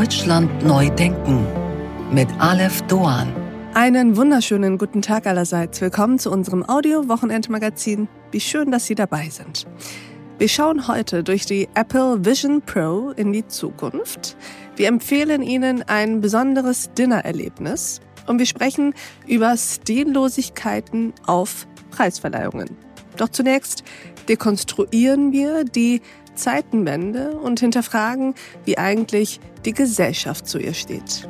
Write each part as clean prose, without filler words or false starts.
Deutschland neu denken mit Aleph Doğan. Einen wunderschönen guten Tag allerseits. Willkommen zu unserem Audio-Wochenendmagazin. Wie schön, dass Sie dabei sind. Wir schauen heute durch die Apple Vision Pro in die Zukunft. Wir empfehlen Ihnen ein besonderes Dinnererlebnis und wir sprechen über Stillosigkeiten auf Preisverleihungen. Doch zunächst dekonstruieren wir die Zeitenwende und hinterfragen, wie eigentlich die Gesellschaft zu ihr steht.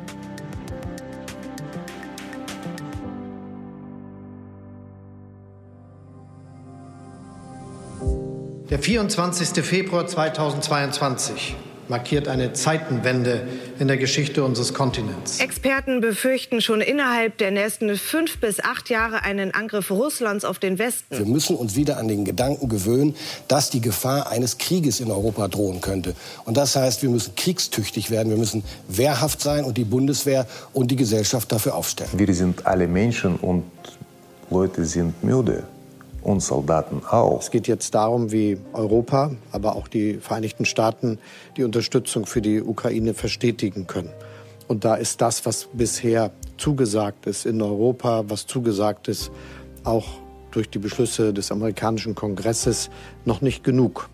Der 24. Februar 2022 markiert eine Zeitenwende in der Geschichte unseres Kontinents. Experten befürchten schon innerhalb der nächsten 5 bis 8 Jahre einen Angriff Russlands auf den Westen. Wir müssen uns wieder an den Gedanken gewöhnen, dass die Gefahr eines Krieges in Europa drohen könnte. Und das heißt, wir müssen kriegstüchtig werden, wir müssen wehrhaft sein und die Bundeswehr und die Gesellschaft dafür aufstellen. Wir sind alle Menschen und Leute sind müde. Und Soldaten auch. Es geht jetzt darum, wie Europa, aber auch die Vereinigten Staaten die Unterstützung für die Ukraine verstetigen können. Und da ist das, was bisher zugesagt ist in Europa, was zugesagt ist auch durch die Beschlüsse des amerikanischen Kongresses, noch nicht genug.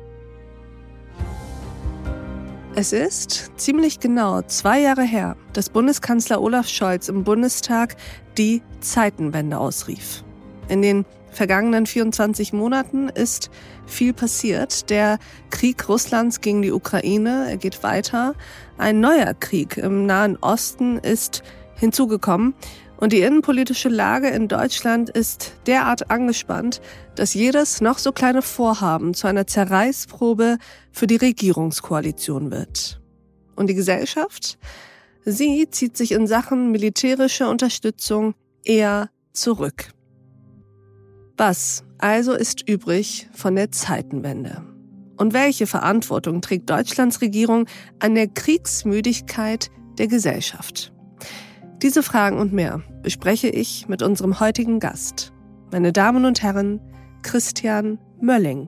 Es ist ziemlich genau 2 Jahre her, dass Bundeskanzler Olaf Scholz im Bundestag die Zeitenwende ausrief. In den vergangenen 24 Monaten ist viel passiert. Der Krieg Russlands gegen die Ukraine, er geht weiter. Ein neuer Krieg im Nahen Osten ist hinzugekommen. Und die innenpolitische Lage in Deutschland ist derart angespannt, dass jedes noch so kleine Vorhaben zu einer Zerreißprobe für die Regierungskoalition wird. Und die Gesellschaft? Sie zieht sich in Sachen militärische Unterstützung eher zurück. Was also ist übrig von der Zeitenwende? Und welche Verantwortung trägt Deutschlands Regierung an der Kriegsmüdigkeit der Gesellschaft? Diese Fragen und mehr bespreche ich mit unserem heutigen Gast. Meine Damen und Herren, Christian Mölling.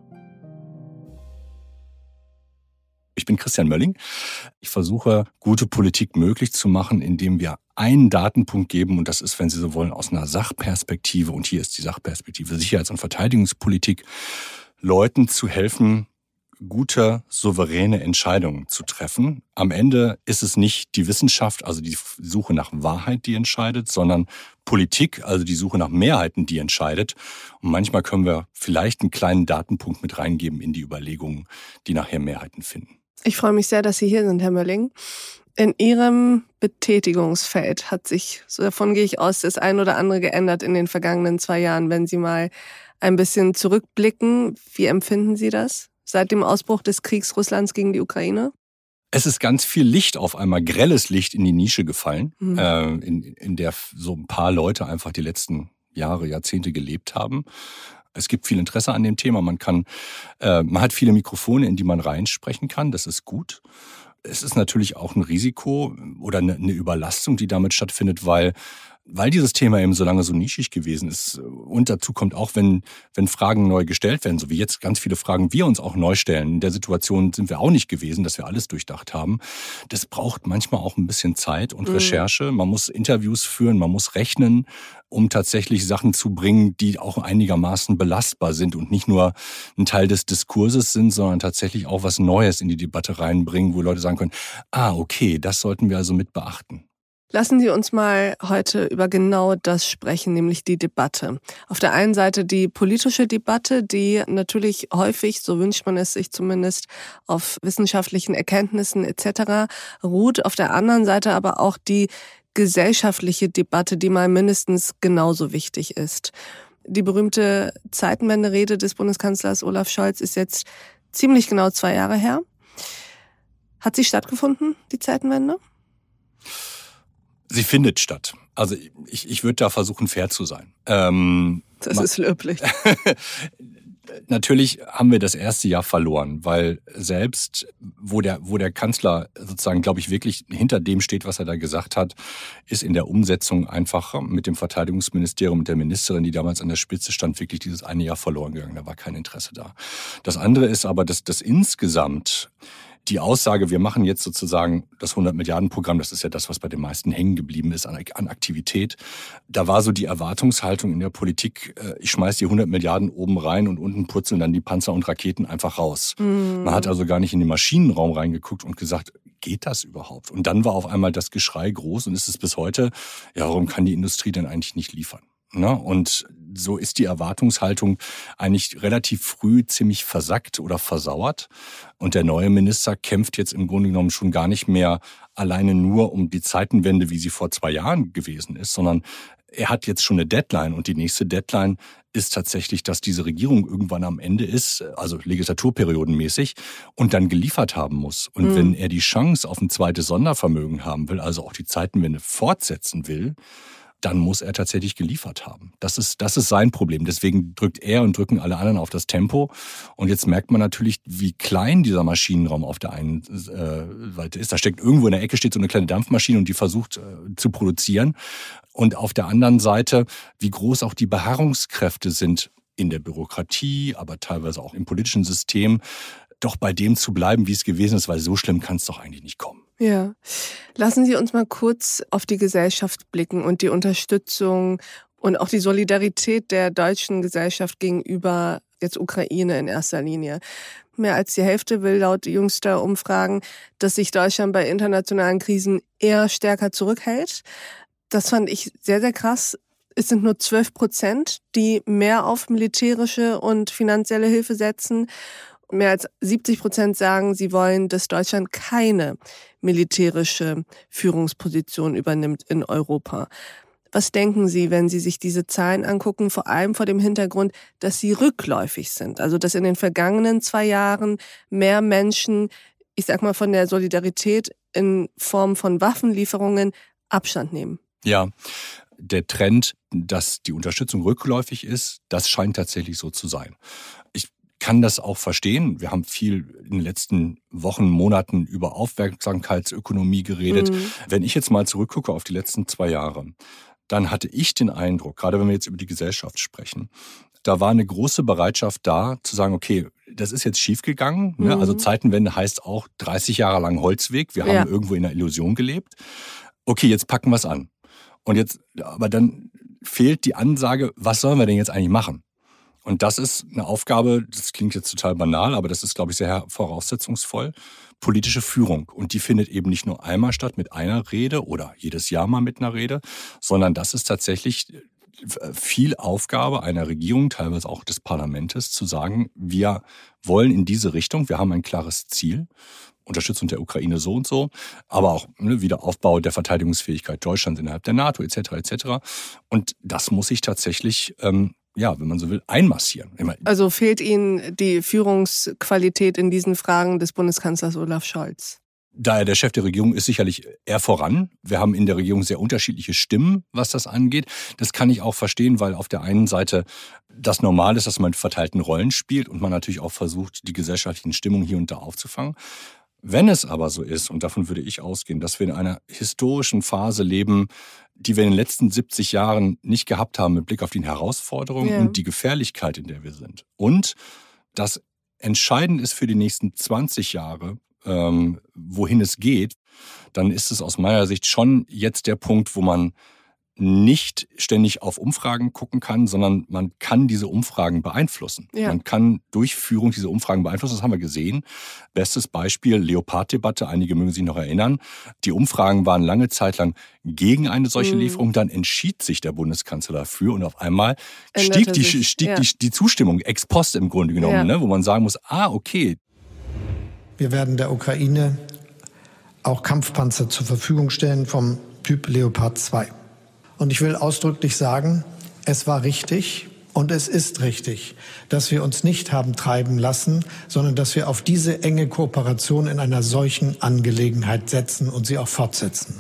Ich bin Christian Mölling. Ich versuche, gute Politik möglich zu machen, indem wir einen Datenpunkt geben, und das ist, wenn Sie so wollen, aus einer Sachperspektive, und hier ist die Sachperspektive Sicherheits- und Verteidigungspolitik, Leuten zu helfen, gute, souveräne Entscheidungen zu treffen. Am Ende ist es nicht die Wissenschaft, also die Suche nach Wahrheit, die entscheidet, sondern Politik, also die Suche nach Mehrheiten, die entscheidet. Und manchmal können wir vielleicht einen kleinen Datenpunkt mit reingeben in die Überlegungen, die nachher Mehrheiten finden. Ich freue mich sehr, dass Sie hier sind, Herr Mölling. In Ihrem Betätigungsfeld hat sich, so davon gehe ich aus, das ein oder andere geändert in den vergangenen 2 Jahren. Wenn Sie mal ein bisschen zurückblicken, wie empfinden Sie das seit dem Ausbruch des Kriegs Russlands gegen die Ukraine? Es ist ganz viel Licht, auf einmal grelles Licht in die Nische gefallen, in der so ein paar Leute einfach die letzten Jahre, Jahrzehnte gelebt haben. Es gibt viel Interesse an dem Thema. Man hat viele Mikrofone, in die man reinsprechen kann. Das ist gut. Es ist natürlich auch ein Risiko oder eine Überlastung, die damit stattfindet, weil dieses Thema eben so lange so nischig gewesen ist. Und dazu kommt auch, wenn Fragen neu gestellt werden, so wie jetzt ganz viele Fragen wir uns auch neu stellen. In der Situation sind wir auch nicht gewesen, dass wir alles durchdacht haben. Das braucht manchmal auch ein bisschen Zeit und Recherche. Man muss Interviews führen, man muss rechnen, um tatsächlich Sachen zu bringen, die auch einigermaßen belastbar sind und nicht nur ein Teil des Diskurses sind, sondern tatsächlich auch was Neues in die Debatte reinbringen, wo Leute sagen können, okay, das sollten wir also mit beachten. Lassen Sie uns mal heute über genau das sprechen, nämlich die Debatte. Auf der einen Seite die politische Debatte, die natürlich häufig, so wünscht man es sich zumindest, auf wissenschaftlichen Erkenntnissen etc. ruht. Auf der anderen Seite aber auch die gesellschaftliche Debatte, die mal mindestens genauso wichtig ist. Die berühmte Zeitenwende-Rede des Bundeskanzlers Olaf Scholz ist jetzt ziemlich genau 2 Jahre her. Hat sie stattgefunden, die Zeitenwende? Sie findet statt. Also ich würde da versuchen, fair zu sein. Das ist löblich. Natürlich haben wir das erste Jahr verloren, weil selbst wo der Kanzler sozusagen, glaube ich, wirklich hinter dem steht, was er da gesagt hat, ist in der Umsetzung einfach mit dem Verteidigungsministerium und der Ministerin, die damals an der Spitze stand, wirklich dieses eine Jahr verloren gegangen. Da war kein Interesse da. Das andere ist aber, dass das insgesamt Die Aussage, wir machen jetzt sozusagen das 100-Milliarden-Programm, das ist ja das, was bei den meisten hängen geblieben ist an Aktivität. Da war so die Erwartungshaltung in der Politik, ich schmeiß die 100 Milliarden oben rein und unten purzeln dann die Panzer und Raketen einfach raus. Man hat also gar nicht in den Maschinenraum reingeguckt und gesagt, geht das überhaupt? Und dann war auf einmal das Geschrei groß und ist es bis heute, ja, warum kann die Industrie denn eigentlich nicht liefern? Ne? Und so ist die Erwartungshaltung eigentlich relativ früh ziemlich versackt oder versauert. Und der neue Minister kämpft jetzt im Grunde genommen schon gar nicht mehr alleine nur um die Zeitenwende, wie sie vor 2 Jahren gewesen ist, sondern er hat jetzt schon eine Deadline. Und die nächste Deadline ist tatsächlich, dass diese Regierung irgendwann am Ende ist, also legislaturperiodenmäßig, und dann geliefert haben muss. Und wenn er die Chance auf ein zweites Sondervermögen haben will, also auch die Zeitenwende fortsetzen will, dann muss er tatsächlich geliefert haben. Das ist sein Problem. Deswegen drückt er und drücken alle anderen auf das Tempo. Und jetzt merkt man natürlich, wie klein dieser Maschinenraum auf der einen Seite ist. Da steckt irgendwo in der Ecke steht so eine kleine Dampfmaschine und die versucht zu produzieren. Und auf der anderen Seite, wie groß auch die Beharrungskräfte sind in der Bürokratie, aber teilweise auch im politischen System, doch bei dem zu bleiben, wie es gewesen ist, weil so schlimm kann es doch eigentlich nicht kommen. Ja. Lassen Sie uns mal kurz auf die Gesellschaft blicken und die Unterstützung und auch die Solidarität der deutschen Gesellschaft gegenüber jetzt Ukraine in erster Linie. Mehr als die Hälfte will laut jüngster Umfragen, dass sich Deutschland bei internationalen Krisen eher stärker zurückhält. Das fand ich sehr, sehr krass. Es sind nur 12%, die mehr auf militärische und finanzielle Hilfe setzen. Mehr als 70% sagen, sie wollen, dass Deutschland keine militärische Führungsposition übernimmt in Europa. Was denken Sie, wenn Sie sich diese Zahlen angucken, vor allem vor dem Hintergrund, dass sie rückläufig sind? Also, dass in den vergangenen 2 Jahren mehr Menschen, ich sag mal, von der Solidarität in Form von Waffenlieferungen Abstand nehmen? Ja, der Trend, dass die Unterstützung rückläufig ist, das scheint tatsächlich so zu sein. Ich kann das auch verstehen. Wir haben viel in den letzten Wochen, Monaten über Aufmerksamkeitsökonomie geredet. Wenn ich jetzt mal zurückgucke auf die letzten 2 Jahre, dann hatte ich den Eindruck, gerade wenn wir jetzt über die Gesellschaft sprechen, da war eine große Bereitschaft da, zu sagen, okay, das ist jetzt schiefgegangen. Ne? Also Zeitenwende heißt auch 30 Jahre lang Holzweg. Wir haben irgendwo in einer Illusion gelebt. Okay, jetzt packen wir es an. Und jetzt, aber dann fehlt die Ansage, was sollen wir denn jetzt eigentlich machen? Und das ist eine Aufgabe, das klingt jetzt total banal, aber das ist, glaube ich, sehr voraussetzungsvoll, politische Führung. Und die findet eben nicht nur einmal statt mit einer Rede oder jedes Jahr mal mit einer Rede, sondern das ist tatsächlich viel Aufgabe einer Regierung, teilweise auch des Parlaments, zu sagen, wir wollen in diese Richtung, wir haben ein klares Ziel, Unterstützung der Ukraine so und so, aber auch Wiederaufbau der Verteidigungsfähigkeit Deutschlands innerhalb der NATO etc. etc. Und das muss sich tatsächlich wenn man so will, einmassieren. Also fehlt Ihnen die Führungsqualität in diesen Fragen des Bundeskanzlers Olaf Scholz? Da er der Chef der Regierung ist, sicherlich eher voran. Wir haben in der Regierung sehr unterschiedliche Stimmen, was das angeht. Das kann ich auch verstehen, weil auf der einen Seite das normal ist, dass man mit verteilten Rollen spielt und man natürlich auch versucht, die gesellschaftlichen Stimmungen hier und da aufzufangen. Wenn es aber so ist, und davon würde ich ausgehen, dass wir in einer historischen Phase leben, die wir in den letzten 70 Jahren nicht gehabt haben mit Blick auf die Herausforderungen und die Gefährlichkeit, in der wir sind. Und das entscheidend ist für die nächsten 20 Jahre, wohin es geht, dann ist es aus meiner Sicht schon jetzt der Punkt, wo man nicht ständig auf Umfragen gucken kann, sondern man kann diese Umfragen beeinflussen. Ja. Man kann durch Führung diese Umfragen beeinflussen, das haben wir gesehen. Bestes Beispiel, Leopard-Debatte, einige mögen sich noch erinnern. Die Umfragen waren lange Zeit lang gegen eine solche Lieferung, dann entschied sich der Bundeskanzler dafür und auf einmal stieg die Zustimmung ex post im Grunde genommen, wo man sagen muss, okay. Wir werden der Ukraine auch Kampfpanzer zur Verfügung stellen vom Typ Leopard 2. Und ich will ausdrücklich sagen, es war richtig und es ist richtig, dass wir uns nicht haben treiben lassen, sondern dass wir auf diese enge Kooperation in einer solchen Angelegenheit setzen und sie auch fortsetzen.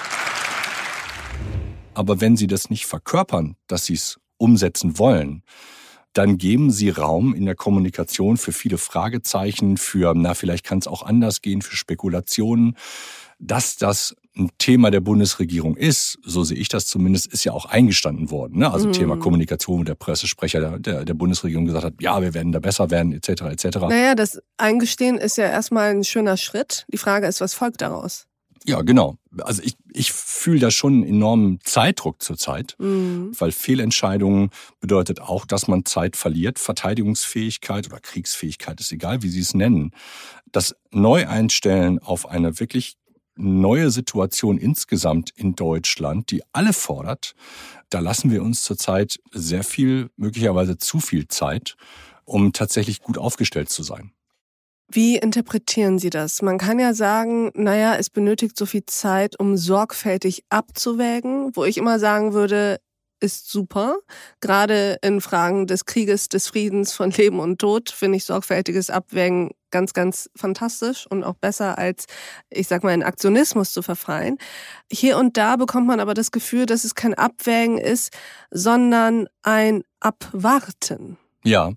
Aber wenn Sie das nicht verkörpern, dass Sie es umsetzen wollen, dann geben Sie Raum in der Kommunikation für viele Fragezeichen, für, vielleicht kann es auch anders gehen, für Spekulationen, dass das ein Thema der Bundesregierung ist, so sehe ich das zumindest, ist ja auch eingestanden worden. Ne? Also Thema Kommunikation, wo der Pressesprecher der Bundesregierung gesagt hat, ja, wir werden da besser werden, etc. etc. Naja, das Eingestehen ist ja erstmal ein schöner Schritt. Die Frage ist, was folgt daraus? Ja, genau. Also ich fühle da schon einen enormen Zeitdruck zurzeit, weil Fehlentscheidungen bedeutet auch, dass man Zeit verliert. Verteidigungsfähigkeit oder Kriegsfähigkeit ist egal, wie Sie es nennen. Das Neueinstellen auf eine wirklich neue Situation insgesamt in Deutschland, die alle fordert, da lassen wir uns zurzeit sehr viel, möglicherweise zu viel Zeit, um tatsächlich gut aufgestellt zu sein. Wie interpretieren Sie das? Man kann ja sagen, naja, es benötigt so viel Zeit, um sorgfältig abzuwägen, wo ich immer sagen würde, ist super. Gerade in Fragen des Krieges, des Friedens, von Leben und Tod finde ich sorgfältiges Abwägen ganz, ganz fantastisch und auch besser als, ich sag mal, in Aktionismus zu verfallen. Hier und da bekommt man aber das Gefühl, dass es kein Abwägen ist, sondern ein Abwarten. Ja,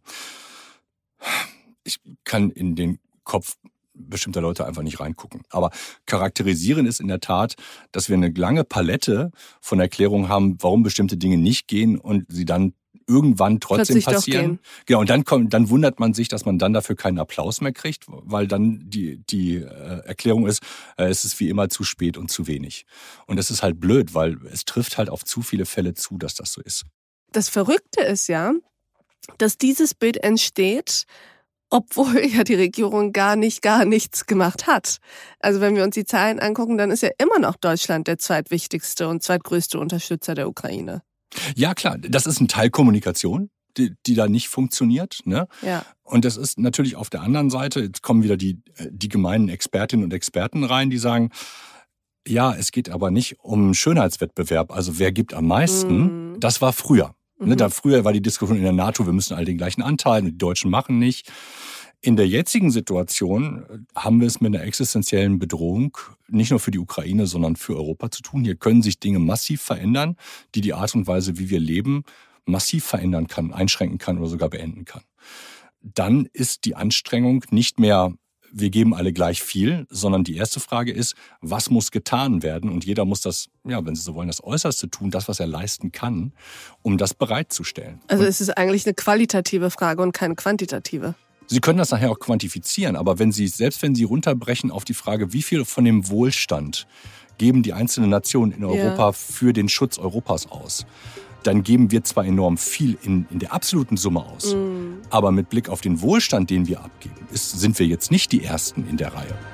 ich kann in den Kopf bestimmter Leute einfach nicht reingucken. Aber charakterisieren ist in der Tat, dass wir eine lange Palette von Erklärungen haben, warum bestimmte Dinge nicht gehen und sie dann irgendwann trotzdem Plötzlich passieren. Genau, und dann wundert man sich, dass man dann dafür keinen Applaus mehr kriegt, weil dann die Erklärung ist, es ist wie immer zu spät und zu wenig. Und das ist halt blöd, weil es trifft halt auf zu viele Fälle zu, dass das so ist. Das Verrückte ist ja, dass dieses Bild entsteht, obwohl ja die Regierung gar nichts gemacht hat. Also wenn wir uns die Zahlen angucken, dann ist ja immer noch Deutschland der zweitwichtigste und zweitgrößte Unterstützer der Ukraine. Ja klar, das ist ein Teil Kommunikation, die da nicht funktioniert. Ne? Ja. Und das ist natürlich auf der anderen Seite, jetzt kommen wieder die gemeinen Expertinnen und Experten rein, die sagen, ja, es geht aber nicht um einen Schönheitswettbewerb, also wer gibt am meisten, das war früher. Da früher war die Diskussion in der NATO, wir müssen alle den gleichen Anteil und die Deutschen machen nicht. In der jetzigen Situation haben wir es mit einer existenziellen Bedrohung, nicht nur für die Ukraine, sondern für Europa zu tun. Hier können sich Dinge massiv verändern, die Art und Weise, wie wir leben, massiv verändern kann, einschränken kann oder sogar beenden kann. Dann ist die Anstrengung nicht mehr, wir geben alle gleich viel, sondern die erste Frage ist, was muss getan werden? Und jeder muss das, ja, wenn Sie so wollen, das Äußerste tun, das, was er leisten kann, um das bereitzustellen. Also es ist eigentlich eine qualitative Frage und keine quantitative. Sie können das nachher auch quantifizieren, aber selbst wenn Sie runterbrechen auf die Frage, wie viel von dem Wohlstand geben die einzelnen Nationen in Europa für den Schutz Europas aus, dann geben wir zwar enorm viel in der absoluten Summe aus, aber mit Blick auf den Wohlstand, den wir abgeben, sind wir jetzt nicht die Ersten in der Reihe.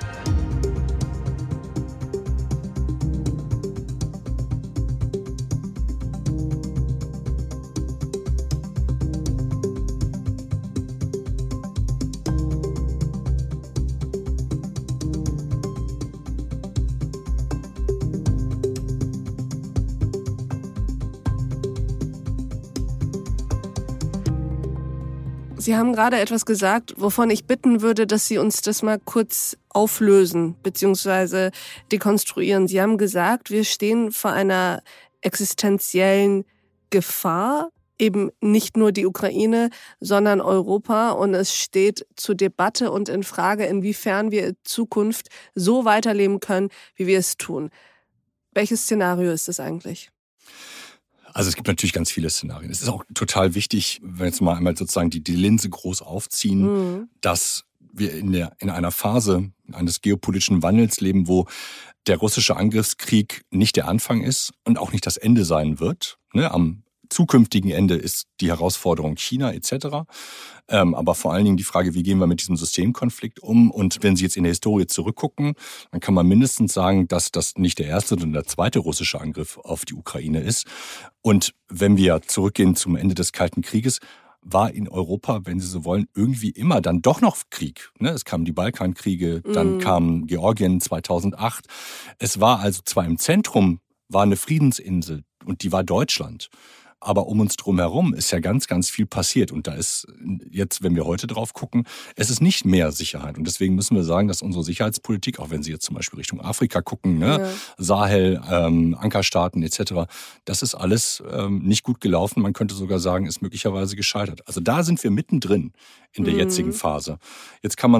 Sie haben gerade etwas gesagt, wovon ich bitten würde, dass Sie uns das mal kurz auflösen bzw. dekonstruieren. Sie haben gesagt, wir stehen vor einer existenziellen Gefahr, eben nicht nur die Ukraine, sondern Europa. Und es steht zur Debatte und in Frage, inwiefern wir in Zukunft so weiterleben können, wie wir es tun. Welches Szenario ist das eigentlich? Also es gibt natürlich ganz viele Szenarien. Es ist auch total wichtig, wenn wir jetzt mal einmal sozusagen die Linse groß aufziehen, dass wir in einer Phase eines geopolitischen Wandels leben, wo der russische Angriffskrieg nicht der Anfang ist und auch nicht das Ende sein wird. Ne? Am zukünftigen Ende ist die Herausforderung China etc. Aber vor allen Dingen die Frage, wie gehen wir mit diesem Systemkonflikt um? Und wenn Sie jetzt in der Historie zurückgucken, dann kann man mindestens sagen, dass das nicht der erste, sondern der zweite russische Angriff auf die Ukraine ist. Und wenn wir zurückgehen zum Ende des Kalten Krieges, war in Europa, wenn Sie so wollen, irgendwie immer dann doch noch Krieg. Es kamen die Balkankriege, dann kam Georgien 2008. Es war also zwar im Zentrum, war eine Friedensinsel und die war Deutschland. Aber um uns drum herum ist ja ganz, ganz viel passiert. Und da ist jetzt, wenn wir heute drauf gucken, es ist nicht mehr Sicherheit. Und deswegen müssen wir sagen, dass unsere Sicherheitspolitik, auch wenn Sie jetzt zum Beispiel Richtung Afrika gucken, Sahel, Ankerstaaten etc., das ist alles nicht gut gelaufen. Man könnte sogar sagen, ist möglicherweise gescheitert. Also da sind wir mittendrin in der jetzigen Phase. Jetzt kann man sich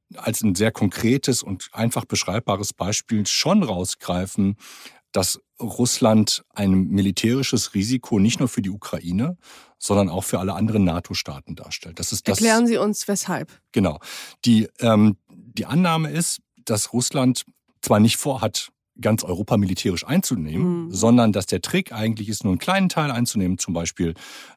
als ein sehr konkretes und einfach beschreibbares Beispiel schon rausgreifen, dass Russland ein militärisches Risiko nicht nur für die Ukraine, sondern auch für alle anderen NATO-Staaten darstellt. Erklären Sie uns, weshalb. Genau. Die Annahme ist, dass Russland zwar nicht vorhat, ganz Europa militärisch einzunehmen, sondern dass der Trick eigentlich ist, nur einen kleinen Teil einzunehmen, zum Beispiel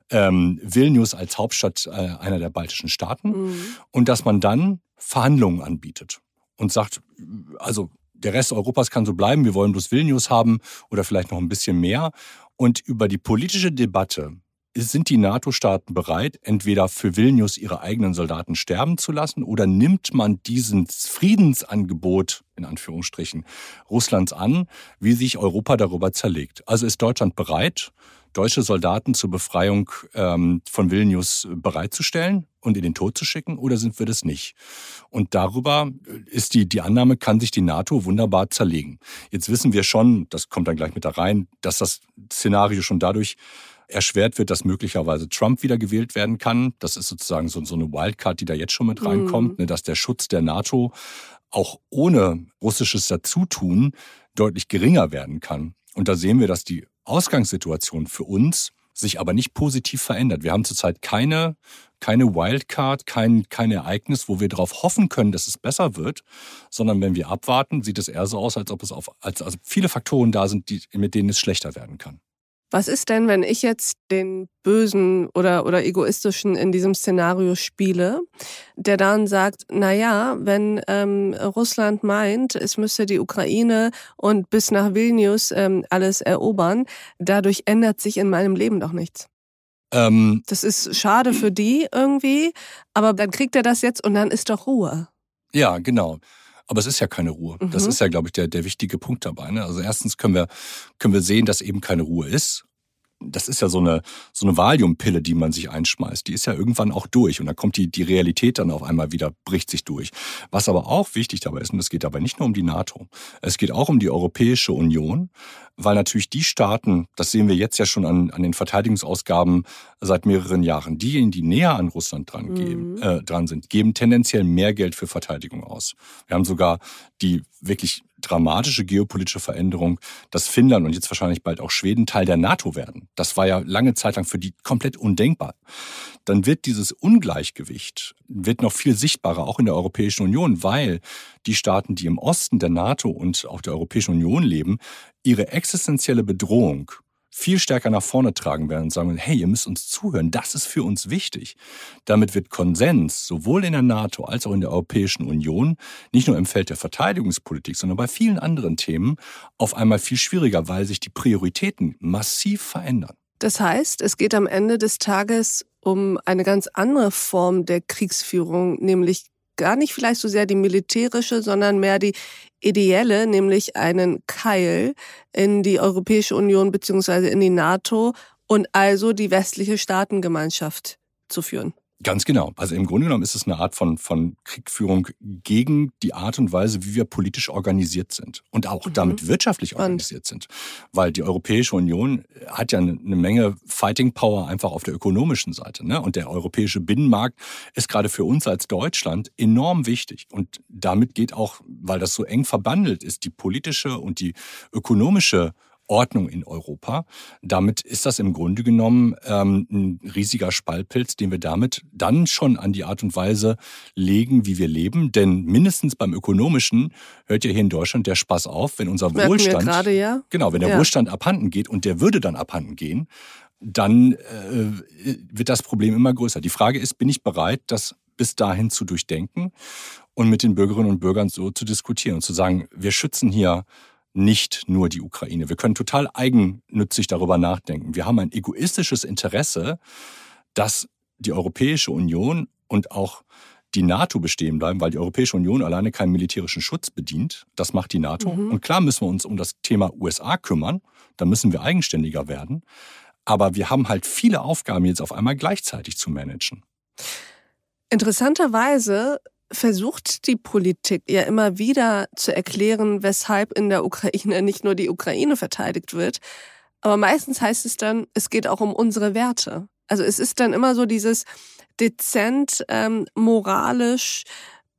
Vilnius als Hauptstadt einer der baltischen Staaten, und dass man dann Verhandlungen anbietet und sagt, also der Rest Europas kann so bleiben, wir wollen bloß Vilnius haben oder vielleicht noch ein bisschen mehr. Und über die politische Debatte sind die NATO-Staaten bereit, entweder für Vilnius ihre eigenen Soldaten sterben zu lassen oder nimmt man dieses Friedensangebot, in Anführungsstrichen, Russlands an, wie sich Europa darüber zerlegt. Also ist Deutschland bereit, deutsche Soldaten zur Befreiung von Vilnius bereitzustellen und in den Tod zu schicken, oder sind wir das nicht? Und darüber ist die Annahme, kann sich die NATO wunderbar zerlegen. Jetzt wissen wir schon, das kommt dann gleich mit da rein, dass das Szenario schon dadurch erschwert wird, dass möglicherweise Trump wieder gewählt werden kann. Das ist sozusagen so eine Wildcard, die da jetzt schon mit reinkommt, dass der Schutz der NATO auch ohne russisches Dazutun deutlich geringer werden kann. Und da sehen wir, dass die Ausgangssituation für uns sich aber nicht positiv verändert. Wir haben zurzeit keine Wildcard, kein Ereignis, wo wir darauf hoffen können, dass es besser wird, sondern wenn wir abwarten, sieht es eher so aus, als ob es also viele Faktoren da sind, mit denen es schlechter werden kann. Was ist denn, wenn ich jetzt den Bösen oder Egoistischen in diesem Szenario spiele, der dann sagt, naja, wenn Russland meint, es müsse die Ukraine und bis nach Vilnius alles erobern, dadurch ändert sich in meinem Leben doch nichts. Das ist schade für die irgendwie, aber dann kriegt er das jetzt und dann ist doch Ruhe. Ja, genau. Aber es ist ja keine Ruhe. Das ist ja, glaube ich, der wichtige Punkt dabei. Ne? Also erstens können wir sehen, dass eben keine Ruhe ist. Das ist ja so eine Valiumpille, die man sich einschmeißt. Die ist ja irgendwann auch durch und dann kommt die Realität dann auf einmal wieder, bricht sich durch. Was aber auch wichtig dabei ist, und es geht dabei nicht nur um die NATO, es geht auch um die Europäische Union, weil natürlich die Staaten, das sehen wir jetzt ja schon an den Verteidigungsausgaben seit mehreren Jahren, diejenigen, die näher an Russland dran sind, geben tendenziell mehr Geld für Verteidigung aus. Wir haben sogar die wirklich dramatische geopolitische Veränderung, dass Finnland und jetzt wahrscheinlich bald auch Schweden Teil der NATO werden. Das war ja lange Zeit lang für die komplett undenkbar. Dann wird dieses Ungleichgewicht noch viel sichtbarer, auch in der Europäischen Union, weil die Staaten, die im Osten der NATO und auch der Europäischen Union leben, ihre existenzielle Bedrohung viel stärker nach vorne tragen werden und sagen, hey, ihr müsst uns zuhören, das ist für uns wichtig. Damit wird Konsens sowohl in der NATO als auch in der Europäischen Union, nicht nur im Feld der Verteidigungspolitik, sondern bei vielen anderen Themen auf einmal viel schwieriger, weil sich die Prioritäten massiv verändern. Das heißt, es geht am Ende des Tages um eine ganz andere Form der Kriegsführung, nämlich gar nicht vielleicht so sehr die militärische, sondern mehr die ideelle, nämlich einen Keil in die Europäische Union bzw. in die NATO und also die westliche Staatengemeinschaft zu führen. Ganz genau. Also im Grunde genommen ist es eine Art von Kriegführung gegen die Art und Weise, wie wir politisch organisiert sind und auch damit wirtschaftlich organisiert sind. Weil die Europäische Union hat ja eine Menge Fighting Power einfach auf der ökonomischen Seite. Ne? Und der europäische Binnenmarkt ist gerade für uns als Deutschland enorm wichtig. Und damit geht auch, weil das so eng verbandelt ist, die politische und die ökonomische Ordnung in Europa. Damit ist das im Grunde genommen ein riesiger Spaltpilz, den wir damit dann schon an die Art und Weise legen, wie wir leben. Denn mindestens beim Ökonomischen hört ja hier in Deutschland der Spaß auf, wenn unser Wohlstand, wenn der Wohlstand abhanden geht und der würde dann abhanden gehen, dann wird das Problem immer größer. Die Frage ist, bin ich bereit, das bis dahin zu durchdenken und mit den Bürgerinnen und Bürgern so zu diskutieren und zu sagen, wir schützen hier nicht nur die Ukraine. Wir können total eigennützig darüber nachdenken. Wir haben ein egoistisches Interesse, dass die Europäische Union und auch die NATO bestehen bleiben, weil die Europäische Union alleine keinen militärischen Schutz bedient. Das macht die NATO. Und klar müssen wir uns um das Thema USA kümmern. Da müssen wir eigenständiger werden. Aber wir haben halt viele Aufgaben jetzt auf einmal gleichzeitig zu managen. Interessanterweise versucht die Politik ja immer wieder zu erklären, weshalb in der Ukraine nicht nur die Ukraine verteidigt wird. Aber meistens heißt es dann, es geht auch um unsere Werte. Also es ist dann immer so dieses dezent, moralisch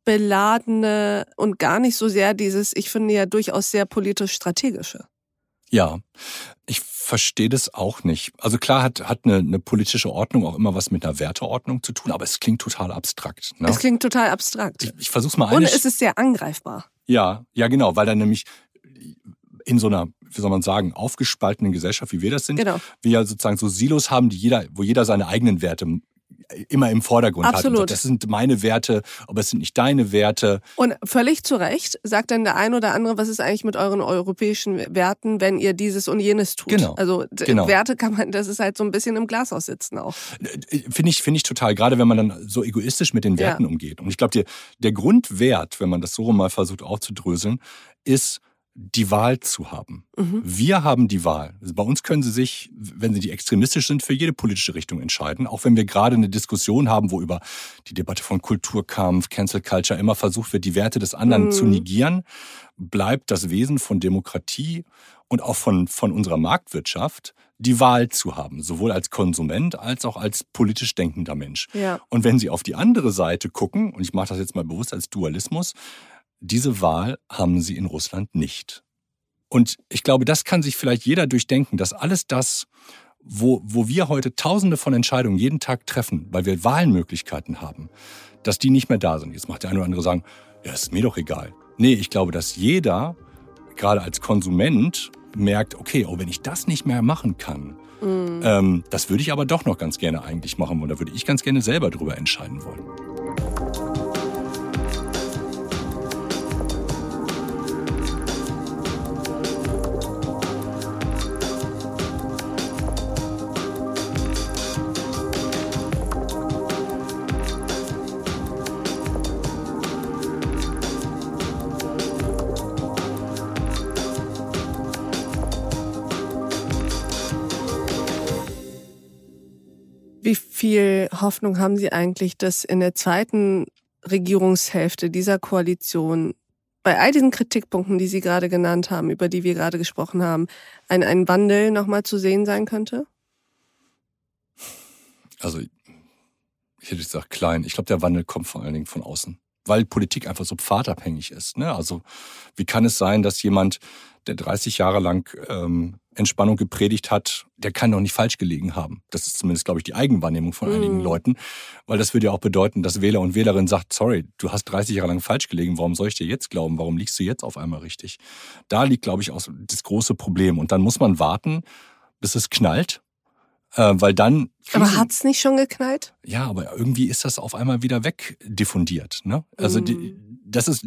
beladene und gar nicht so sehr dieses, ich finde ja durchaus sehr politisch-strategische. Ja, ich verstehe das auch nicht. Also klar hat eine politische Ordnung auch immer was mit einer Werteordnung zu tun, aber es klingt total abstrakt. Ne? Es klingt total abstrakt. Ich versuch's mal Und es ist sehr angreifbar. Ja, genau, weil dann nämlich in so einer, wie soll man sagen, aufgespaltenen Gesellschaft, wie wir das sind, wir ja sozusagen so Silos haben, wo jeder seine eigenen Werte immer im Vordergrund hat. Und sagt, das sind meine Werte, aber es sind nicht deine Werte. Und völlig zu Recht sagt dann der ein oder andere, was ist eigentlich mit euren europäischen Werten, wenn ihr dieses und jenes tut? Genau. Also Werte kann man, das ist halt so ein bisschen im Glashaus sitzen auch. Finde ich total, gerade wenn man dann so egoistisch mit den Werten umgeht. Und ich glaube, der Grundwert, wenn man das so mal versucht aufzudröseln, ist, die Wahl zu haben. Wir haben die Wahl. Also bei uns können Sie sich, wenn Sie die extremistisch sind, für jede politische Richtung entscheiden. Auch wenn wir gerade eine Diskussion haben, wo über die Debatte von Kulturkampf, Cancel Culture immer versucht wird, die Werte des anderen zu negieren, bleibt das Wesen von Demokratie und auch von unserer Marktwirtschaft, die Wahl zu haben. Sowohl als Konsument als auch als politisch denkender Mensch. Ja. Und wenn Sie auf die andere Seite gucken, und ich mache das jetzt mal bewusst als Dualismus, diese Wahl haben sie in Russland nicht. Und ich glaube, das kann sich vielleicht jeder durchdenken, dass alles das, wo wir heute Tausende von Entscheidungen jeden Tag treffen, weil wir Wahlmöglichkeiten haben, dass die nicht mehr da sind. Jetzt macht der eine oder andere sagen, ja, ist mir doch egal. Nee, ich glaube, dass jeder, gerade als Konsument, merkt, okay, wenn ich das nicht mehr machen kann, das würde ich aber doch noch ganz gerne eigentlich machen wollen. Da würde ich ganz gerne selber drüber entscheiden wollen. Wie viel Hoffnung haben Sie eigentlich, dass in der zweiten Regierungshälfte dieser Koalition bei all diesen Kritikpunkten, die Sie gerade genannt haben, über die wir gerade gesprochen haben, ein Wandel nochmal zu sehen sein könnte? Also ich hätte gesagt klein. Ich glaube, der Wandel kommt vor allen Dingen von außen, weil Politik einfach so pfadabhängig ist. Ne? Also wie kann es sein, dass jemand, der 30 Jahre lang Entspannung gepredigt hat, der kann doch nicht falsch gelegen haben. Das ist zumindest, glaube ich, die Eigenwahrnehmung von einigen Leuten. Weil das würde ja auch bedeuten, dass Wähler und Wählerinnen sagt, sorry, du hast 30 Jahre lang falsch gelegen, warum soll ich dir jetzt glauben? Warum liegst du jetzt auf einmal richtig? Da liegt, glaube ich, auch das große Problem. Und dann muss man warten, bis es knallt. Weil dann... Aber hat's nicht schon geknallt? Ja, aber irgendwie ist das auf einmal wieder wegdiffundiert. Ne? Also das ist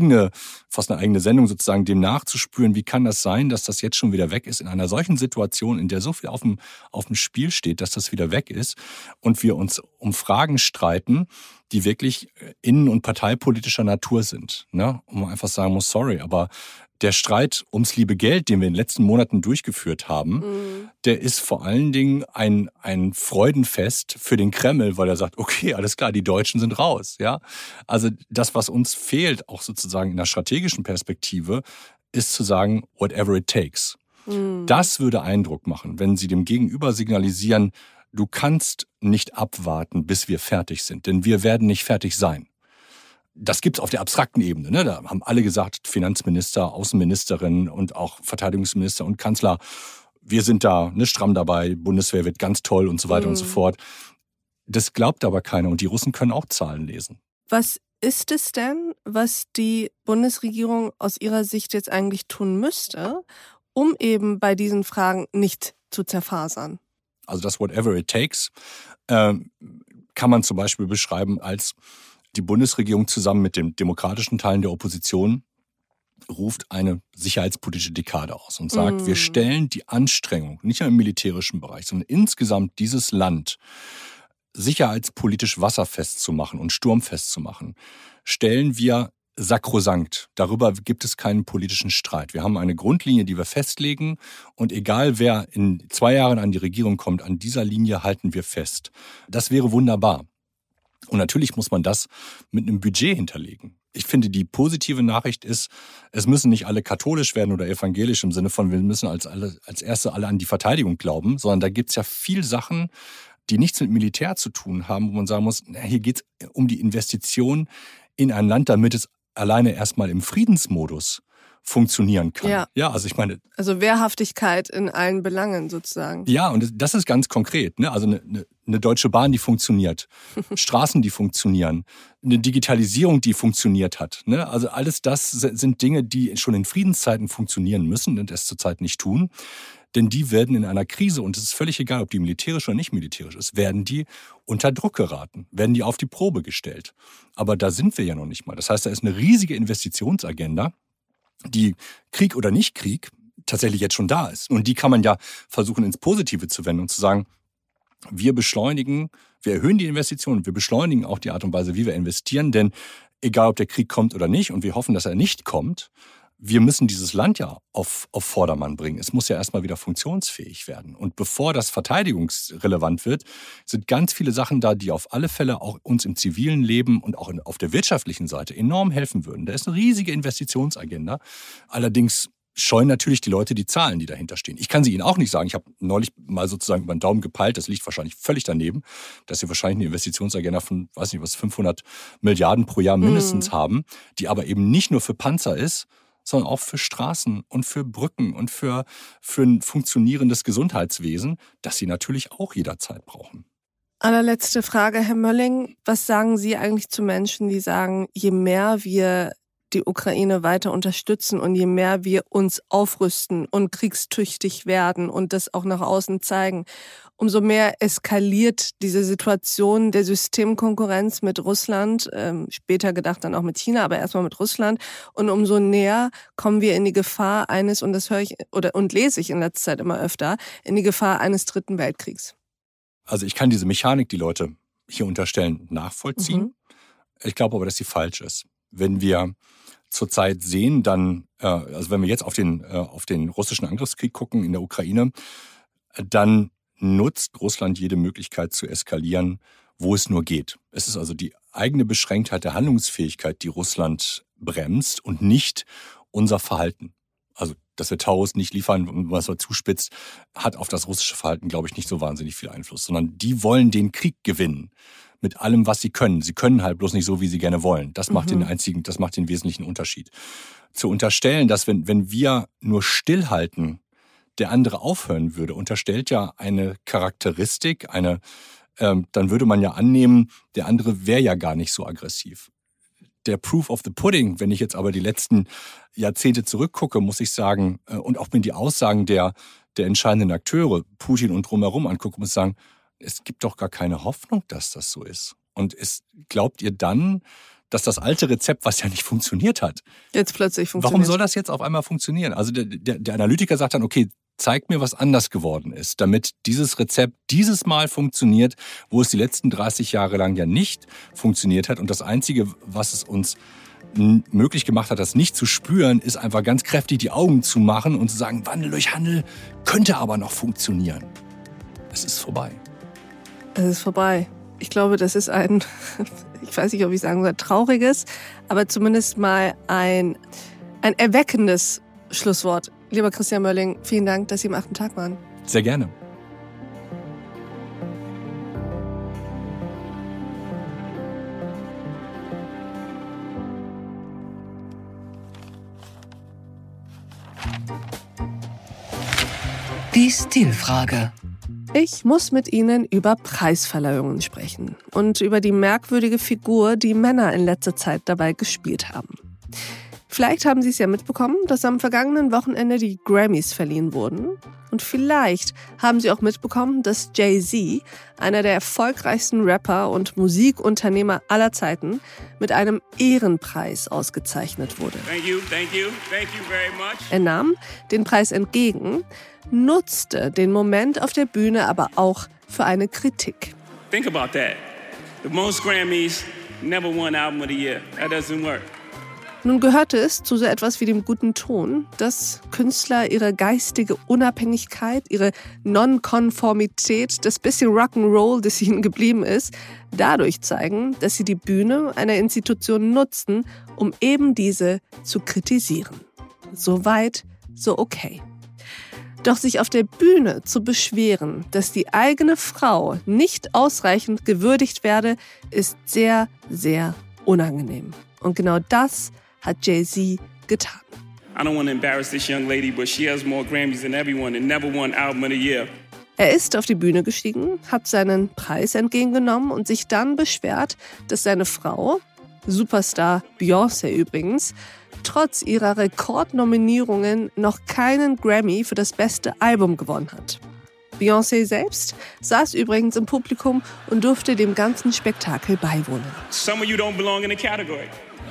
fast eine eigene Sendung sozusagen, dem nachzuspüren, wie kann das sein, dass das jetzt schon wieder weg ist in einer solchen Situation, in der so viel auf dem Spiel steht, dass das wieder weg ist und wir uns um Fragen streiten, die wirklich innen- und parteipolitischer Natur sind. Ne? Und man einfach sagen muss, sorry, aber der Streit ums liebe Geld, den wir in den letzten Monaten durchgeführt haben, der ist vor allen Dingen ein Freudenfest für den Kreml, weil er sagt, okay, alles klar, die Deutschen sind raus. Ja, also das, was uns fehlt, auch sozusagen in der strategischen Perspektive, ist zu sagen, whatever it takes. Das würde Eindruck machen, wenn Sie dem Gegenüber signalisieren, du kannst nicht abwarten, bis wir fertig sind, denn wir werden nicht fertig sein. Das gibt's auf der abstrakten Ebene. Ne? Da haben alle gesagt, Finanzminister, Außenministerin und auch Verteidigungsminister und Kanzler, wir sind da stramm dabei, Bundeswehr wird ganz toll und so weiter und so fort. Das glaubt aber keiner und die Russen können auch Zahlen lesen. Was ist es denn, was die Bundesregierung aus Ihrer Sicht jetzt eigentlich tun müsste, um eben bei diesen Fragen nicht zu zerfasern? Also das Whatever it takes kann man zum Beispiel beschreiben als die Bundesregierung zusammen mit den demokratischen Teilen der Opposition ruft eine sicherheitspolitische Dekade aus und sagt, wir stellen die Anstrengung, nicht nur im militärischen Bereich, sondern insgesamt dieses Land sicherheitspolitisch wasserfest zu machen und sturmfest zu machen, stellen wir sakrosankt. Darüber gibt es keinen politischen Streit. Wir haben eine Grundlinie, die wir festlegen und egal wer in 2 Jahren an die Regierung kommt, an dieser Linie halten wir fest. Das wäre wunderbar. Und natürlich muss man das mit einem Budget hinterlegen. Ich finde, die positive Nachricht ist, es müssen nicht alle katholisch werden oder evangelisch im Sinne von, wir müssen als Erste alle an die Verteidigung glauben, sondern da gibt es ja viel Sachen, die nichts mit Militär zu tun haben, wo man sagen muss, hier geht es um die Investition in ein Land, damit es alleine erstmal im Friedensmodus funktionieren kann. Ja, also ich meine... Also Wehrhaftigkeit in allen Belangen sozusagen. Ja, und das ist ganz konkret. Ne? Also eine Deutsche Bahn, die funktioniert. Straßen, die funktionieren. Eine Digitalisierung, die funktioniert hat. Ne? Also alles das sind Dinge, die schon in Friedenszeiten funktionieren müssen und es zurzeit nicht tun. Denn die werden in einer Krise, und es ist völlig egal, ob die militärisch oder nicht militärisch ist, werden die unter Druck geraten, werden die auf die Probe gestellt. Aber da sind wir ja noch nicht mal. Das heißt, da ist eine riesige Investitionsagenda, die Krieg oder nicht Krieg tatsächlich jetzt schon da ist. Und die kann man ja versuchen ins Positive zu wenden und zu sagen, wir erhöhen die Investitionen, wir beschleunigen auch die Art und Weise, wie wir investieren, denn egal ob der Krieg kommt oder nicht, und wir hoffen, dass er nicht kommt, wir müssen dieses Land ja auf Vordermann bringen. Es muss ja erstmal wieder funktionsfähig werden. Und bevor das verteidigungsrelevant wird, sind ganz viele Sachen da, die auf alle Fälle auch uns im zivilen Leben und auch auf der wirtschaftlichen Seite enorm helfen würden. Da ist eine riesige Investitionsagenda. Allerdings scheuen natürlich die Leute die Zahlen, die dahinter stehen. Ich kann sie Ihnen auch nicht sagen. Ich habe neulich mal sozusagen über den Daumen gepeilt. Das liegt wahrscheinlich völlig daneben, dass Sie wahrscheinlich eine Investitionsagenda von, 500 Milliarden pro Jahr mindestens haben, die aber eben nicht nur für Panzer ist, sondern auch für Straßen und für Brücken und für ein funktionierendes Gesundheitswesen, das sie natürlich auch jederzeit brauchen. Allerletzte Frage, Herr Mölling. Was sagen Sie eigentlich zu Menschen, die sagen, je mehr wir die Ukraine weiter unterstützen und je mehr wir uns aufrüsten und kriegstüchtig werden und das auch nach außen zeigen, umso mehr eskaliert diese Situation der Systemkonkurrenz mit Russland, später gedacht dann auch mit China, aber erstmal mit Russland. Und umso näher kommen wir in die Gefahr eines, und das höre ich und lese ich in letzter Zeit immer öfter, in die Gefahr eines Dritten Weltkriegs. Also ich kann diese Mechanik, die Leute hier unterstellen, nachvollziehen. Ich glaube aber, dass sie falsch ist. Wenn wir zurzeit sehen, dann, also wenn wir jetzt auf den russischen Angriffskrieg gucken in der Ukraine, dann nutzt Russland jede Möglichkeit zu eskalieren, wo es nur geht. Es ist also die eigene Beschränktheit der Handlungsfähigkeit, die Russland bremst und nicht unser Verhalten. Also, dass wir Taurus nicht liefern und was man zuspitzt, hat auf das russische Verhalten, glaube ich, nicht so wahnsinnig viel Einfluss, sondern die wollen den Krieg gewinnen. Mit allem, was sie können. Sie können halt bloß nicht so, wie sie gerne wollen. Das macht den wesentlichen Unterschied. Zu unterstellen, dass wenn wir nur stillhalten, der andere aufhören würde, unterstellt ja eine Charakteristik, dann würde man ja annehmen, der andere wäre ja gar nicht so aggressiv. Der Proof of the Pudding, wenn ich jetzt aber die letzten Jahrzehnte zurückgucke, muss ich sagen, und auch mir die Aussagen der entscheidenden Akteure, Putin und drumherum angucke, muss ich sagen, es gibt doch gar keine Hoffnung, dass das so ist. Und glaubt ihr dann, dass das alte Rezept, was ja nicht funktioniert hat, jetzt plötzlich funktioniert? Warum soll das jetzt auf einmal funktionieren? Also der Analytiker sagt dann, okay, zeigt mir, was anders geworden ist, damit dieses Rezept dieses Mal funktioniert, wo es die letzten 30 Jahre lang ja nicht funktioniert hat. Und das Einzige, was es uns möglich gemacht hat, das nicht zu spüren, ist einfach ganz kräftig die Augen zu machen und zu sagen, Wandel durch Handel könnte aber noch funktionieren. Es ist vorbei. Es ist vorbei. Ich glaube, das ist ich weiß nicht, ob ich sagen soll, trauriges, aber zumindest mal ein erweckendes Schlusswort. Lieber Christian Mölling, vielen Dank, dass Sie am 8. Tag waren. Sehr gerne. Die Stilfrage. Ich muss mit Ihnen über Preisverleihungen sprechen und über die merkwürdige Figur, die Männer in letzter Zeit dabei gespielt haben. Vielleicht haben Sie es ja mitbekommen, dass am vergangenen Wochenende die Grammys verliehen wurden. Und vielleicht haben Sie auch mitbekommen, dass Jay-Z, einer der erfolgreichsten Rapper und Musikunternehmer aller Zeiten, mit einem Ehrenpreis ausgezeichnet wurde. Thank you very much. Er nahm den Preis entgegen, nutzte den Moment auf der Bühne aber auch für eine Kritik. Think about that. The most Grammys, never won Album of the Year. That doesn't work. Nun gehörte es zu so etwas wie dem guten Ton, dass Künstler ihre geistige Unabhängigkeit, ihre Nonkonformität, das bisschen Rock'n'Roll, das ihnen geblieben ist, dadurch zeigen, dass sie die Bühne einer Institution nutzen, um eben diese zu kritisieren. So weit, so okay. Doch sich auf der Bühne zu beschweren, dass die eigene Frau nicht ausreichend gewürdigt werde, ist sehr, sehr unangenehm. Und genau das hat Jay-Z getan. I don't want to embarrass this young lady, but she has more Grammys than everyone and never won Album of the Year. Er ist auf die Bühne gestiegen, hat seinen Preis entgegengenommen und sich dann beschwert, dass seine Frau, Superstar Beyoncé übrigens, trotz ihrer Rekordnominierungen noch keinen Grammy für das beste Album gewonnen hat. Beyoncé selbst saß übrigens im Publikum und durfte dem ganzen Spektakel beiwohnen. Some of you don't belong in the category.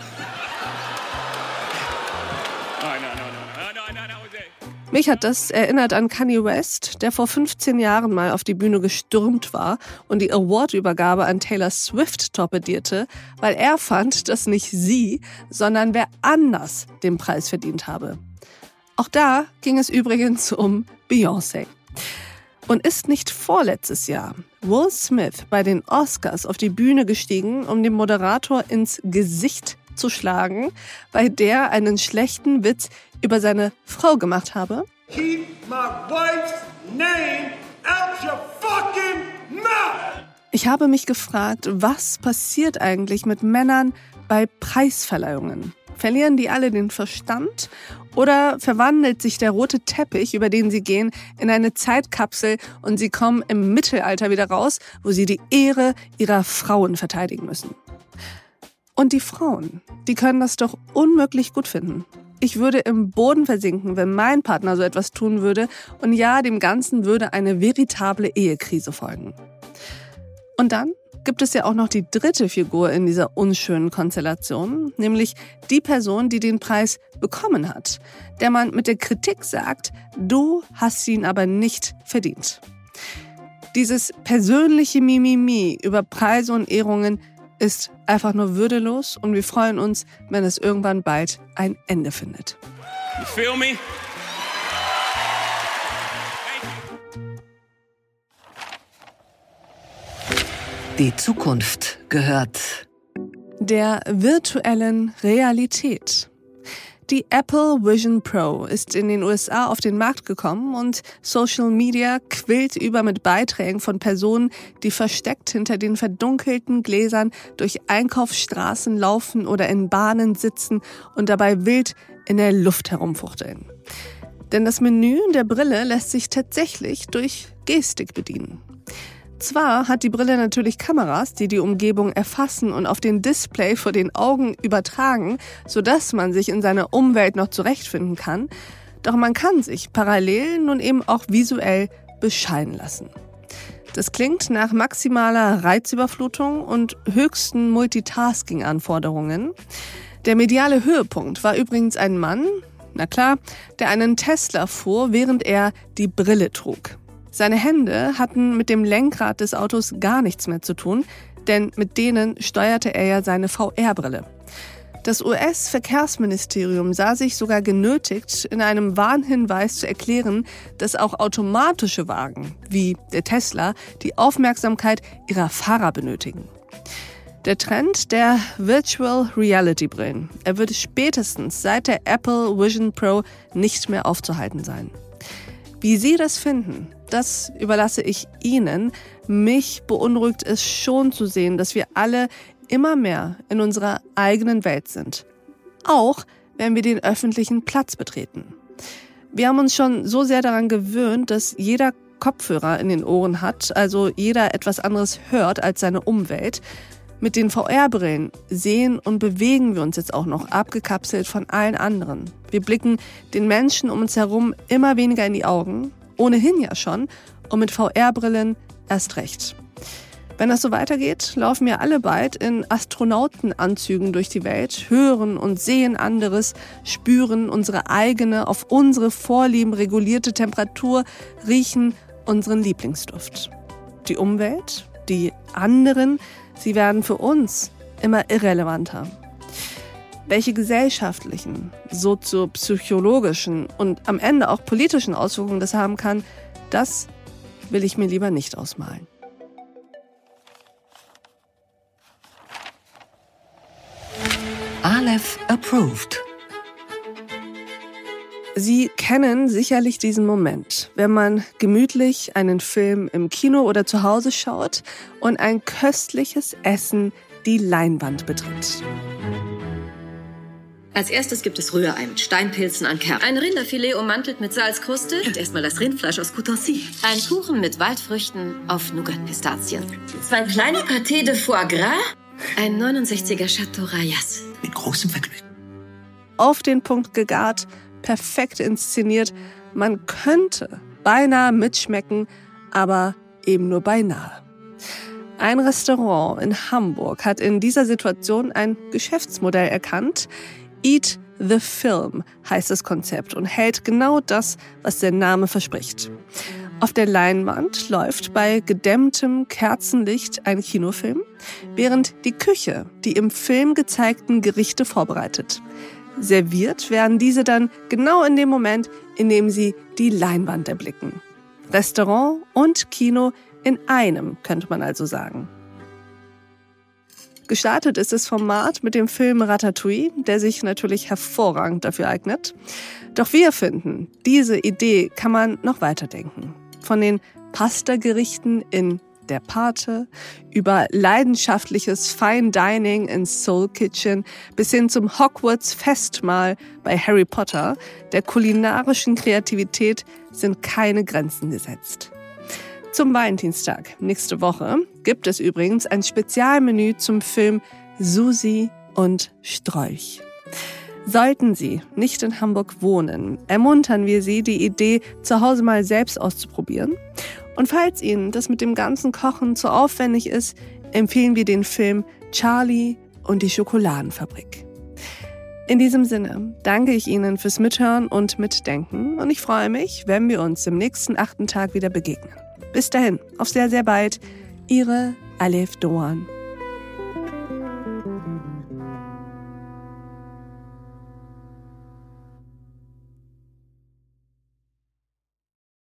Mich hat das erinnert an Kanye West, der vor 15 Jahren mal auf die Bühne gestürmt war und die Awardübergabe an Taylor Swift torpedierte, weil er fand, dass nicht sie, sondern wer anders den Preis verdient habe. Auch da ging es übrigens um Beyoncé. Und ist nicht vorletztes Jahr Will Smith bei den Oscars auf die Bühne gestiegen, um dem Moderator ins Gesicht zu schlagen, weil der einen schlechten Witz über seine Frau gemacht habe? Keep my wife's name out your fucking mouth! Ich habe mich gefragt, was passiert eigentlich mit Männern bei Preisverleihungen? Verlieren die alle den Verstand? Oder verwandelt sich der rote Teppich, über den sie gehen, in eine Zeitkapsel und sie kommen im Mittelalter wieder raus, wo sie die Ehre ihrer Frauen verteidigen müssen? Und die Frauen, die können das doch unmöglich gut finden. Ich würde im Boden versinken, wenn mein Partner so etwas tun würde. Und ja, dem Ganzen würde eine veritable Ehekrise folgen. Und dann gibt es ja auch noch die dritte Figur in dieser unschönen Konstellation, nämlich die Person, die den Preis bekommen hat, der man mit der Kritik sagt, du hast ihn aber nicht verdient. Dieses persönliche Mimimi über Preise und Ehrungen ist einfach nur würdelos und wir freuen uns, wenn es irgendwann bald ein Ende findet. You feel me? Die Zukunft gehört der virtuellen Realität. Die Apple Vision Pro ist in den USA auf den Markt gekommen und Social Media quillt über mit Beiträgen von Personen, die versteckt hinter den verdunkelten Gläsern durch Einkaufsstraßen laufen oder in Bahnen sitzen und dabei wild in der Luft herumfuchteln. Denn das Menü der Brille lässt sich tatsächlich durch Gestik bedienen. Zwar hat die Brille natürlich Kameras, die die Umgebung erfassen und auf den Display vor den Augen übertragen, sodass man sich in seiner Umwelt noch zurechtfinden kann, doch man kann sich parallel nun eben auch visuell bescheiden lassen. Das klingt nach maximaler Reizüberflutung und höchsten Multitasking-Anforderungen. Der mediale Höhepunkt war übrigens ein Mann, na klar, der einen Tesla fuhr, während er die Brille trug. Seine Hände hatten mit dem Lenkrad des Autos gar nichts mehr zu tun, denn mit denen steuerte er ja seine VR-Brille. Das US-Verkehrsministerium sah sich sogar genötigt, in einem Warnhinweis zu erklären, dass auch automatische Wagen, wie der Tesla, die Aufmerksamkeit ihrer Fahrer benötigen. Der Trend der Virtual Reality Brillen, er wird spätestens seit der Apple Vision Pro nicht mehr aufzuhalten sein. Wie Sie das finden, das überlasse ich Ihnen. Mich beunruhigt es schon zu sehen, dass wir alle immer mehr in unserer eigenen Welt sind. Auch wenn wir den öffentlichen Platz betreten. Wir haben uns schon so sehr daran gewöhnt, dass jeder Kopfhörer in den Ohren hat, also jeder etwas anderes hört als seine Umwelt. Mit den VR-Brillen sehen und bewegen wir uns jetzt auch noch abgekapselt von allen anderen. Wir blicken den Menschen um uns herum immer weniger in die Augen, ohnehin ja schon, und mit VR-Brillen erst recht. Wenn das so weitergeht, laufen wir alle bald in Astronautenanzügen durch die Welt, hören und sehen anderes, spüren unsere eigene, auf unsere Vorlieben regulierte Temperatur, riechen unseren Lieblingsduft. Die Umwelt, die anderen, sie werden für uns immer irrelevanter. Welche gesellschaftlichen, soziopsychologischen und am Ende auch politischen Auswirkungen das haben kann, das will ich mir lieber nicht ausmalen. Aleph approved. Sie kennen sicherlich diesen Moment, wenn man gemütlich einen Film im Kino oder zu Hause schaut und ein köstliches Essen die Leinwand betritt. Als erstes gibt es Rührei mit Steinpilzen an Kernen. Ein Rinderfilet ummantelt mit Salzkruste und erstmal das Rindfleisch aus Coutancy. Ein Kuchen mit Waldfrüchten auf Nougat-Pistazien. 2 kleine Pâté de Foie Gras. Ein 69er Chateau Rayas. Mit großem Vergnügen. Auf den Punkt gegart, perfekt inszeniert. Man könnte beinahe mitschmecken, aber eben nur beinahe. Ein Restaurant in Hamburg hat in dieser Situation ein Geschäftsmodell erkannt. Eat the Film heißt das Konzept und hält genau das, was der Name verspricht. Auf der Leinwand läuft bei gedämmtem Kerzenlicht ein Kinofilm, während die Küche die im Film gezeigten Gerichte vorbereitet. Serviert werden diese dann genau in dem Moment, in dem sie die Leinwand erblicken. Restaurant und Kino in einem, könnte man also sagen. Gestartet ist das Format mit dem Film Ratatouille, der sich natürlich hervorragend dafür eignet. Doch wir finden, diese Idee kann man noch weiterdenken. Von den Pasta-Gerichten in Der Pate über leidenschaftliches Fine Dining in Soul Kitchen bis hin zum Hogwarts-Festmahl bei Harry Potter, der kulinarischen Kreativität sind keine Grenzen gesetzt. Zum Valentinstag nächste Woche gibt es übrigens ein Spezialmenü zum Film Susi und Strolch. Sollten Sie nicht in Hamburg wohnen, ermuntern wir Sie, die Idee zu Hause mal selbst auszuprobieren. Und falls Ihnen das mit dem ganzen Kochen zu aufwendig ist, empfehlen wir den Film Charlie und die Schokoladenfabrik. In diesem Sinne danke ich Ihnen fürs Mithören und Mitdenken und ich freue mich, wenn wir uns im nächsten 8. Tag wieder begegnen. Bis dahin, auf sehr, sehr bald. Ihre Alef Doğan.